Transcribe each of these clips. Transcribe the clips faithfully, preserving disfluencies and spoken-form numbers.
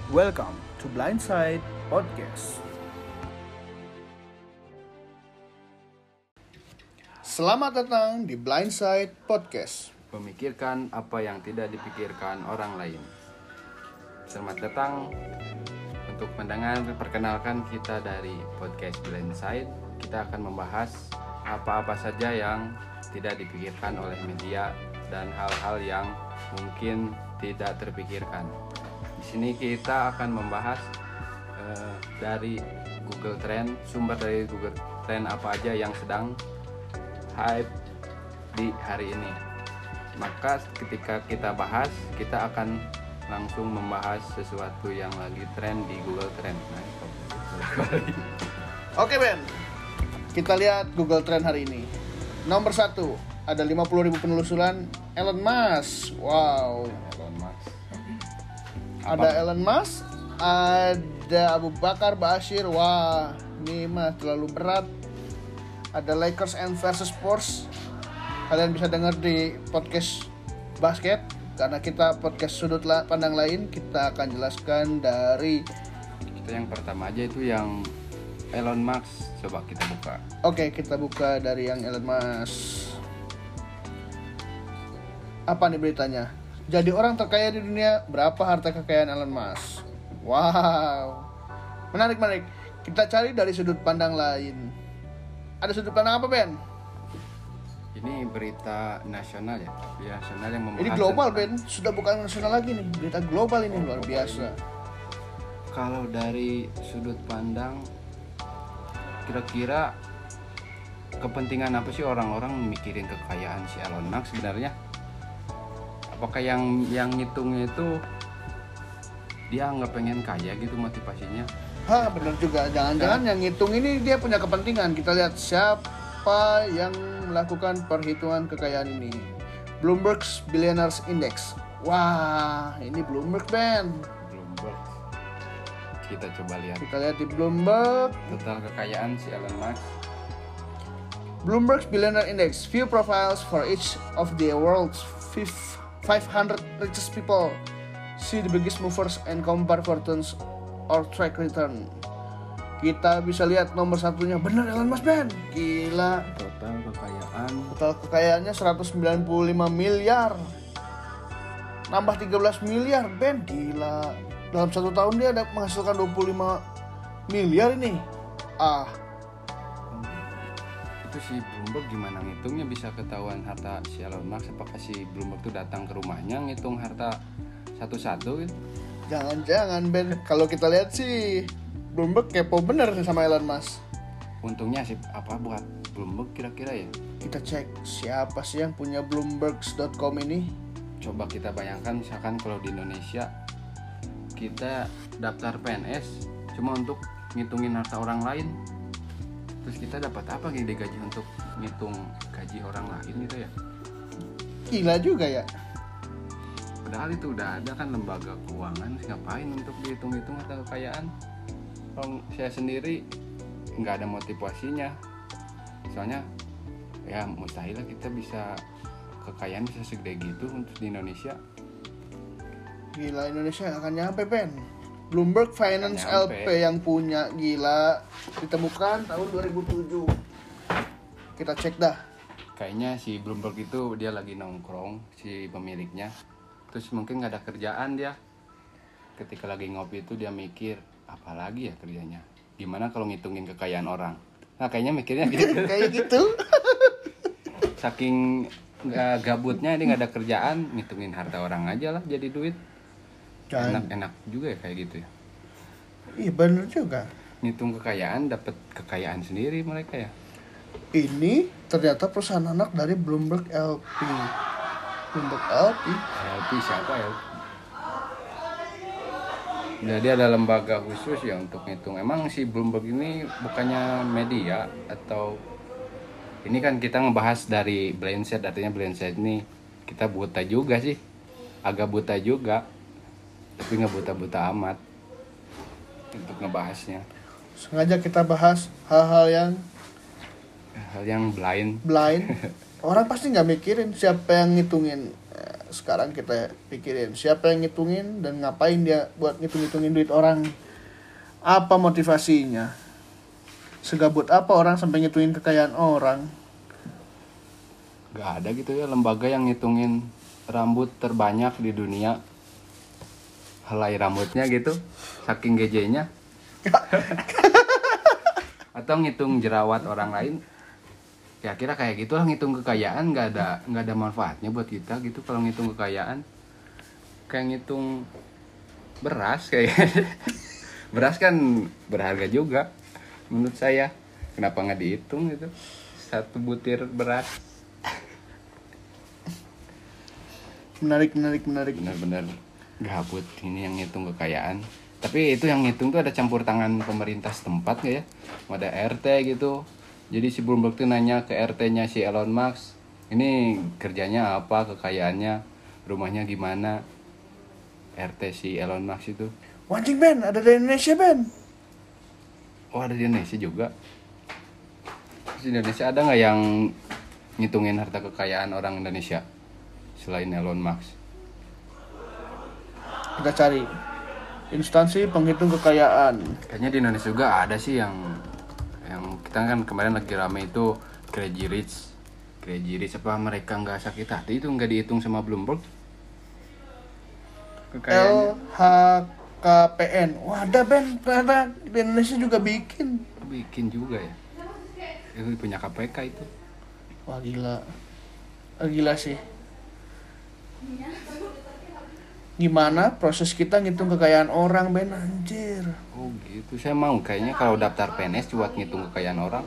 Welcome to Blindside Podcast. Selamat datang di Blindside Podcast. Memikirkan apa yang tidak dipikirkan orang lain. Selamat datang untuk mendengar. Perkenalkan kita dari podcast Blindside. Kita akan membahas apa-apa saja yang tidak dipikirkan oleh media dan hal-hal yang mungkin tidak terpikirkan. Di sini kita akan membahas uh, dari Google Trend, sumber dari Google Trend apa aja yang sedang hype di hari ini. Maka ketika kita bahas, kita akan langsung membahas sesuatu yang lagi tren di Google Trend. Nah, Oke Ben, kita lihat Google Trend hari ini. Nomor satu, ada lima puluh ribu penelusuran Elon Musk. Wow. Elon Musk. Ada Elon Musk, ada Abu Bakar Bashir. Wah, ini mah terlalu berat. Ada Lakers and versus Spurs. Kalian bisa dengar di podcast basket, karena kita podcast sudut pandang lain. Kita akan jelaskan dari Kita yang pertama aja itu yang Elon Musk. Coba kita buka. Oke, kita buka dari yang Elon Musk. Apa nih beritanya? Jadi orang terkaya di dunia, berapa harta kekayaan Elon Musk? Wow, menarik menarik. Kita cari dari sudut pandang lain. Ada sudut pandang apa Ben? Ini berita nasional ya, berita nasional yang membahas. Ini global tentang- Ben, sudah bukan nasional lagi nih. Berita global ini luar biasa. Kalau dari sudut pandang, kira-kira kepentingan apa sih orang-orang mikirin kekayaan si Elon Musk sebenarnya? Apakah yang yang ngitungnya itu dia nggak pengen kaya gitu motivasinya? Hah, benar juga. Jangan-jangan yang ngitung ini dia punya kepentingan. Kita lihat siapa yang melakukan perhitungan kekayaan ini. Bloomberg's Billionaires Index. Wah, ini Bloomberg Ben. Bloomberg. Kita coba lihat Kita lihat di Bloomberg. total kekayaan si Elon Musk. Bloomberg's Billionaire Index. Few profiles for each of the world's five hundred richest people. See the biggest movers and compare fortunes or track return. Kita bisa lihat nomor satunya bener Elon Musk Ben. Gila. Total kekayaan Total kekayaannya seratus sembilan puluh lima miliar. Nambah tiga belas miliar Ben. Gila. Dalam satu tahun dia ada menghasilkan dua puluh lima miliar ini. Ah, itu si Bloomberg gimana ngitungnya bisa ketahuan harta si Elon Musk? Apakah si Bloomberg tuh datang ke rumahnya ngitung harta satu-satu gitu? jangan-jangan Ben, kalau kita lihat sih Bloomberg kepo bener sama Elon Musk. Untungnya sih apa buat Bloomberg kira-kira ya? Kita cek siapa sih yang punya bloombergs dot com ini. Coba kita bayangkan misalkan kalau di Indonesia kita daftar P N S cuma untuk ngitungin harta orang lain, terus kita dapat apa gitu gaji untuk ngitung gaji orang lain gitu ya? Gila juga ya. Padahal itu udah ada kan lembaga keuangan, ngapain untuk dihitung-hitung harta kekayaan? Kalau saya sendiri nggak ada motivasinya, soalnya ya mustahil lah kita bisa kekayaan bisa segede gitu untuk di Indonesia. Gila, Indonesia gak akan nyampe Ben. Bloomberg Finance Nggak L nyampe. P yang punya, gila, ditemukan tahun dua ribu tujuh. Kita cek dah. Kayaknya si Bloomberg itu dia lagi nongkrong si pemiliknya, terus mungkin nggak ada kerjaan dia. Ketika lagi ngopi itu dia mikir apa lagi ya kerjanya, gimana kalau ngitungin kekayaan orang. Nah kayaknya mikirnya gitu. Kayak gitu. Saking nggak gabutnya dia nggak ada kerjaan, ngitungin harta orang aja lah jadi duit. Kan. Enak-enak juga ya kayak gitu ya, Iya bener juga. ngitung kekayaan dapat kekayaan sendiri mereka ya. Ini ternyata perusahaan anak dari Bloomberg L P. Bloomberg L P. L P siapa ya? Jadi ada lembaga khusus ya untuk ngitung. Emang si Bloomberg ini bukannya media atau ini kan kita ngebahas dari Blindside, artinya Blindside ini kita buta juga sih, agak buta juga, tapi nggak buta-buta amat untuk ngebahasnya. Sengaja kita bahas hal-hal yang Hal yang blind. blind. Orang pasti nggak mikirin siapa yang ngitungin. sekarang kita pikirin siapa yang ngitungin dan ngapain dia buat ngitung-ngitungin duit orang. Apa motivasinya? Segabut apa orang sampai ngitungin kekayaan orang? Gak ada gitu ya lembaga yang ngitungin rambut terbanyak di dunia. Helai rambutnya gitu, saking gejenya. Atau ngitung jerawat orang lain. Kira-kira kayak gitu lah, ngitung kekayaan nggak ada nggak ada manfaatnya buat kita gitu kalau ngitung kekayaan. Kayak ngitung beras kayak beras kan berharga juga menurut saya. Kenapa nggak dihitung gitu satu butir beras? Menarik menarik menarik. Benar-benar gabut ini yang ngitung kekayaan. Tapi itu yang ngitung tuh ada campur tangan pemerintah setempat nggak ya? Ada R T gitu. Jadi si Bloomberg tuh nanya ke R T-nya si Elon Musk, ini kerjanya apa, kekayaannya, rumahnya gimana. R T si Elon Musk itu. Wancing Ben, ada di Indonesia Ben. Oh ada di Indonesia juga. Di Indonesia ada nggak yang ngitungin harta kekayaan orang Indonesia selain Elon Musk? Kita cari instansi penghitung kekayaan. Kayaknya di Indonesia juga ada sih yang yang kita kan kemarin lagi rame itu Crazy Rich. Crazy Rich apa mereka nggak sakit hati itu nggak dihitung sama Bloomberg kekayaannya. L H K P N. Wah ada Ben, ternyata di Indonesia juga bikin. Bikin juga ya. Itu punya K P K itu. Wah gila. Ah, gila sih. Gimana proses kita ngitung kekayaan orang Ben, anjir. Oh gitu. Saya mau kayaknya kalau daftar P N S buat ngitung kekayaan orang.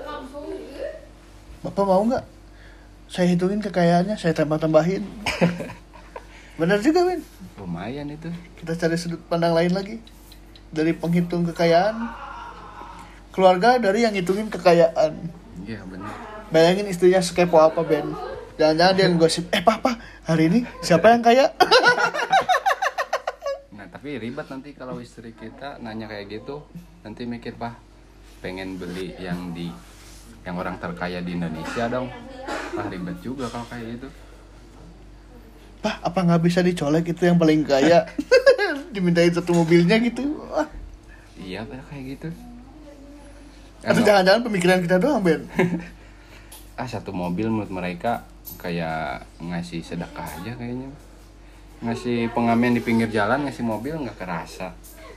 Bapak mau nggak? Saya hitungin kekayaannya, saya tambah-tambahin. Benar juga Ben. Lumayan itu. Kita cari sudut pandang lain lagi. Dari penghitung kekayaan, keluarga dari yang ngitungin kekayaan. Iya benar. Bayangin istrinya sekepo apa Ben. Jangan-jangan dia ngosip, eh papa hari ini siapa yang kaya? Nah tapi ribet nanti kalau istri kita nanya kayak gitu. Nanti mikir pak pengen beli yang di yang orang terkaya di Indonesia dong. Wah ribet juga kalau kayak gitu. Pak apa nggak bisa dicolek itu yang paling kaya? Dimintain satu mobilnya gitu. Wah. Iya kayak gitu. Atau jangan-jangan pemikiran kita doang Ben. Ah satu mobil menurut mereka kayak ngasih sedekah aja kayaknya. Ngasih pengamen di pinggir jalan, ngasih mobil nggak kerasa.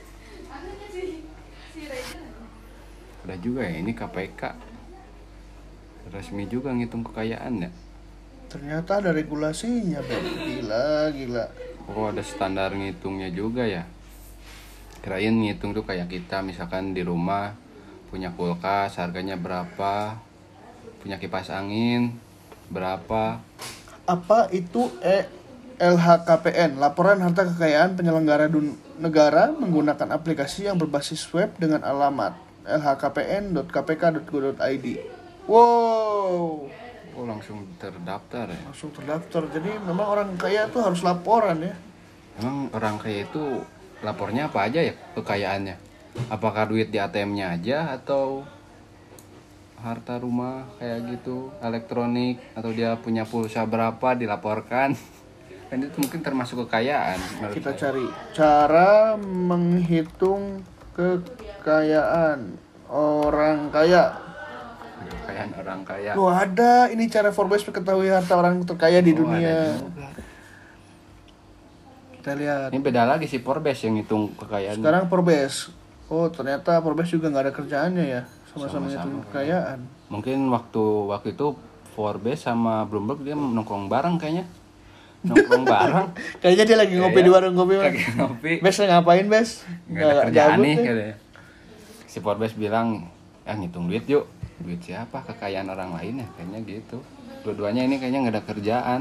Udah juga ya ini K P K resmi juga ngitung kekayaan ya. Ternyata ada regulasinya Ben. Gila gila. Oh ada standar ngitungnya juga ya. Kirain ngitung tuh kayak kita misalkan di rumah punya kulkas harganya berapa, punya kipas angin berapa. Apa itu E L H K P N? Laporan harta kekayaan penyelenggara dun- negara menggunakan aplikasi yang berbasis web dengan alamat l h k p n dot k p k dot go dot i d. Wow, Oh langsung terdaftar ya. langsung terdaftar. Jadi memang orang kaya tuh harus laporan ya. Emang orang kaya itu lapornya apa aja ya kekayaannya? Apakah duit di A T M-nya aja atau harta rumah kayak gitu, elektronik, atau dia punya pulsa berapa dilaporkan? Kan itu mungkin termasuk kekayaan. Kita saya. cari cara menghitung kekayaan orang kaya. Kekayaan orang kaya. Loh ada, ini cara Forbes mengetahui harta orang terkaya di Oh, dunia. ada juga. Kita lihat. Ini beda lagi si Forbes yang hitung kekayaan. Sekarang Forbes. Oh ternyata Forbes juga nggak ada kerjaannya ya. Sama-sama Sama-sama, ngitung kekayaan. Mungkin waktu waktu itu Forbes sama Bloomberg dia nongkrong bareng kayaknya. Nongkrong bareng. Kayaknya dia lagi ngopi Iya, di warung kopi. lagi ngopi. Bes ngapain Bes? Nggak ada kerjaan nih ya? katanya. Si Forbes bilang, "Ah ngitung duit yuk." Duit siapa? Kekayaan orang lain ya kayaknya gitu. Dua-duanya ini kayaknya nggak ada kerjaan.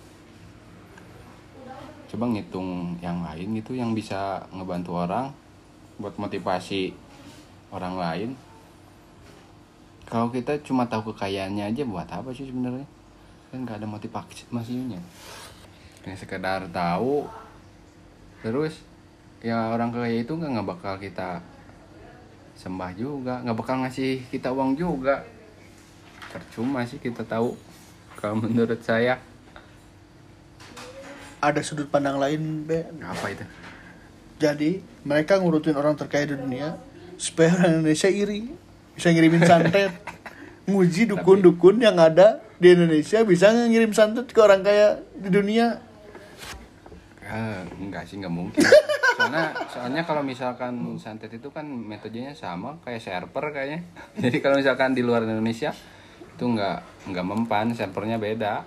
Coba ngitung yang lain gitu yang bisa ngebantu orang buat motivasi orang lain. Kalau kita cuma tahu kekayaannya aja buat apa sih sebenarnya? Kan nggak ada motivasinya. Hanya sekedar tahu terus ya orang kaya itu nggak nggak bakal kita sembah juga, nggak bakal ngasih kita uang juga. Percuma sih kita tahu kalau menurut saya. ada sudut pandang lain, Ben. Apa itu? Jadi mereka ngurutin orang terkaya di dunia supaya orang Indonesia iri, bisa ngirimin santet. Nguji dukun-dukun yang ada di Indonesia bisa ngirim santet ke orang kaya di dunia. Eh, enggak sih, enggak mungkin. Soalnya soalnya kalau misalkan santet itu kan metodenya sama kayak server kayaknya. Jadi kalau misalkan di luar Indonesia itu enggak enggak mempan, servernya beda.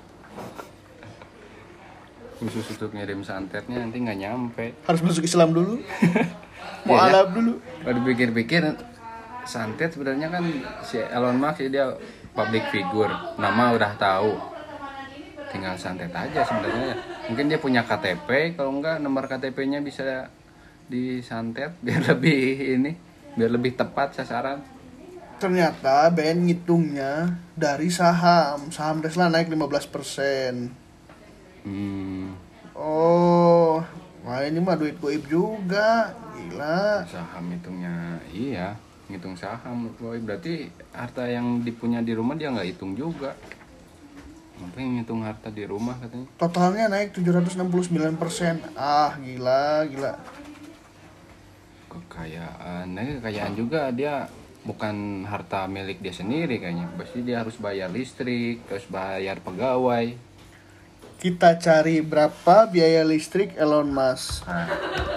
Khusus untuk ngirim santetnya nanti nggak nyampe. Harus masuk Islam dulu. Mau Ya, alab dulu. Kalau dipikir-pikir santet sebenarnya kan si Elon Musk dia public figure, nama udah tahu. Tinggal santet aja sebenarnya. Mungkin dia punya K T P, kalau enggak nomor K T P-nya bisa disantet biar lebih ini, biar lebih tepat sasaran. Ternyata Ben ngitungnya dari saham. Saham Tesla naik lima belas persen. Hmm, Oh, wah ini mah duit goib juga. Gila. saham hitungnya iya, ngitung saham. Boy, berarti harta yang dipunya di rumah dia nggak hitung juga. Ngapain ngitung harta di rumah katanya? Totalnya naik tujuh ratus enam puluh sembilan persen. Ah, gila, gila. Kekayaan, nah kekayaan juga dia bukan harta milik dia sendiri kayaknya. Pasti dia harus bayar listrik, terus bayar pegawai. Kita cari berapa biaya listrik Elon Musk. Nah,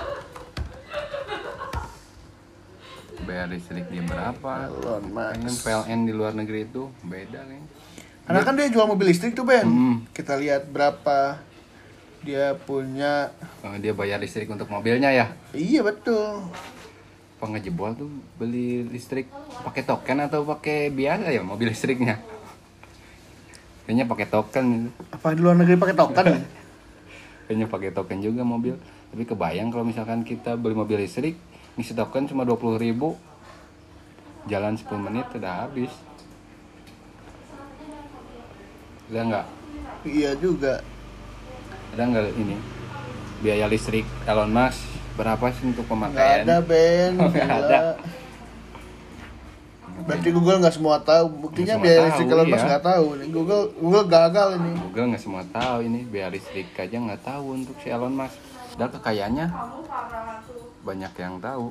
bayar listrik dia berapa? Elon Kayaknya Musk. P L N di luar negeri itu beda kayaknya. Karena kan dia jual mobil listrik tuh, Ben. Hmm. Kita lihat berapa dia punya. Oh, dia bayar listrik untuk mobilnya ya? Iya, betul. Pengejebol tuh beli listrik pakai token atau pakai biasa ya mobil listriknya? Kayaknya pakai token. Apa di luar negeri pakai token? Kayaknya pakai token juga mobil. Tapi kebayang kalau misalkan kita beli mobil listrik, ngisi token cuma dua puluh ribu, jalan sepuluh menit udah habis. Ada nggak? Iya juga. Ada nggak ini biaya listrik Elon Musk berapa sih untuk Nggak pemakaian? ada, Ben. Oh, nggak Gila. ada. Berarti Google nggak semua tahu. Buktinya Nggak semua biaya tahu, listrik Elon Musk iya. nggak tahu. Nih, Google Google gagal ini. Google nggak semua tahu ini biaya listrik aja nggak tahu untuk si Elon Musk. Dan kekayaannya banyak yang tahu.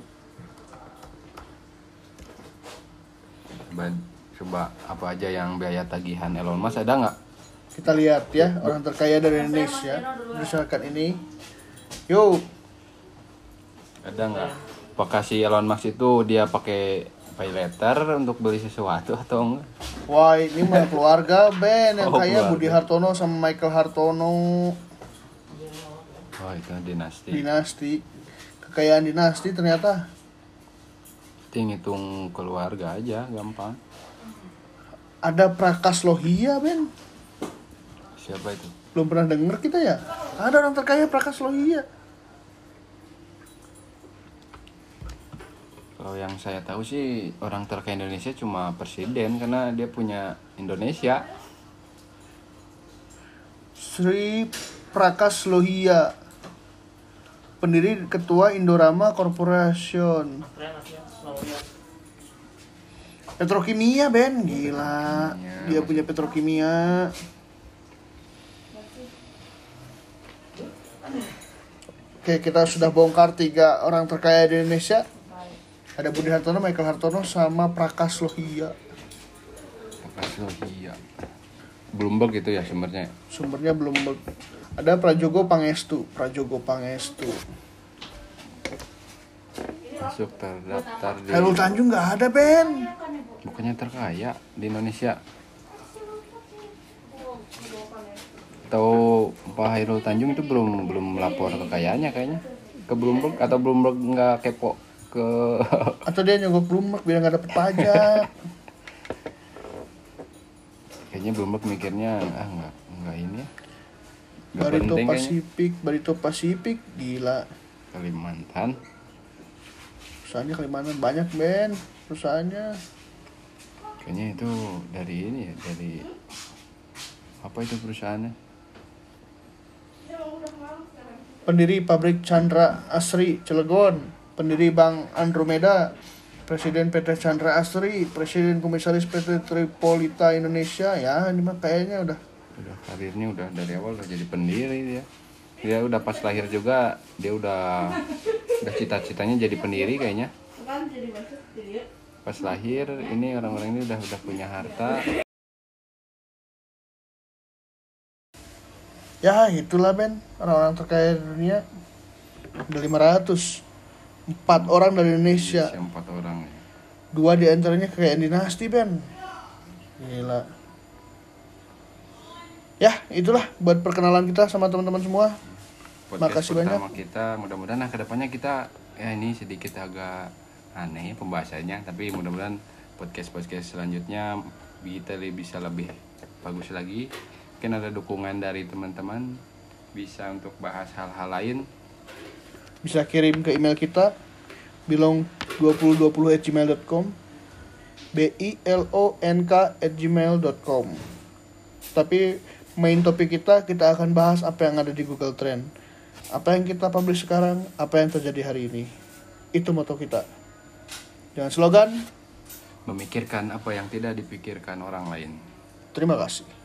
Coba, coba apa aja yang biaya tagihan Elon Musk ada nggak? Kita lihat ya orang terkaya dari Indonesia berdasarkan ini. Yuk, Ada nggak? Apakah si Elon Musk itu dia pakai pay letter untuk beli sesuatu atau enggak? wah ini mah keluarga Ben yang Oh, kaya keluarga. Budi Hartono sama Michael Hartono. Oh itu dinasti. Dinasti, kekayaan dinasti ternyata. Itu ngitung keluarga aja gampang. Ada Prakas Lohia, Ben. Siapa itu? Belum pernah denger kita ya. Ada orang terkaya Prakas Lohia. Kalau yang saya tahu sih orang terkaya Indonesia cuma presiden karena dia punya Indonesia. Sri Prakas Lohia, pendiri ketua Indorama Corporation. Petrokimia, Ben. Gila. Dia punya petrokimia. Oke, kita sudah bongkar tiga orang terkaya di Indonesia. Ada Budi Hartono, Michael Hartono, sama Prakas Lohia. Prakas Lohia. Bloomberg itu ya sumbernya. Sumbernya belum ber- ada Prajogo Pangestu, Prajogo Pangestu. Masuk terdaftar di. Hairul Tanjung nggak ada, Ben. Bukannya terkaya di Indonesia? Atau Pak Hairul Tanjung itu belum belum lapor kekayaannya kayaknya ke Bloomberg atau Bloomberg nggak kepo ke Atau dia nyogok Bloomberg biar nggak dapet pajak. kayaknya Bloomberg mikirnya ah nggak nggak ini ya nggak Barito penting kayaknya. Pasifik, Barito Pasifik, gila. Kalimantan Perusahaannya Kalimantan banyak, Ben. Perusahaannya. kayaknya itu dari ini ya dari apa itu perusahaannya Pendiri pabrik Chandra Asri Cilegon, pendiri Bank Andromeda, Presiden P T Chandra Asri, Presiden Komisaris P T Tripolita Indonesia. Ya, ini mah kayaknya udah udah karirnya udah dari awal udah jadi pendiri dia. Dia udah pas lahir juga dia udah udah cita-citanya jadi pendiri kayaknya. Pas lahir ini orang-orang ini udah udah punya harta. Ya itulah Ben, orang-orang terkaya di dunia ada lima ratus empat orang dari Indonesia. Indonesia empat orang ya. Dua di antaranya kekayaan dinasti Ben. Gila. Ya itulah buat perkenalan kita sama teman-teman semua. Podcast Makasih banyak. pertama kita, mudah-mudahan nah kedepannya kita ya ini sedikit agak aneh pembahasannya, tapi mudah-mudahan podcast-podcast selanjutnya kita bisa lebih bagus lagi. Mungkin ada dukungan dari teman-teman bisa untuk bahas hal-hal lain. Bisa kirim ke email kita bilong dua ribu dua puluh at gmail dot com b i l o n k at gmail dot com. Tapi main topik kita kita akan bahas apa yang ada di Google Trend. Apa yang kita publish sekarang, apa yang terjadi hari ini. Itu moto kita. Dengan slogan Memikirkan apa yang tidak dipikirkan orang lain. terima kasih.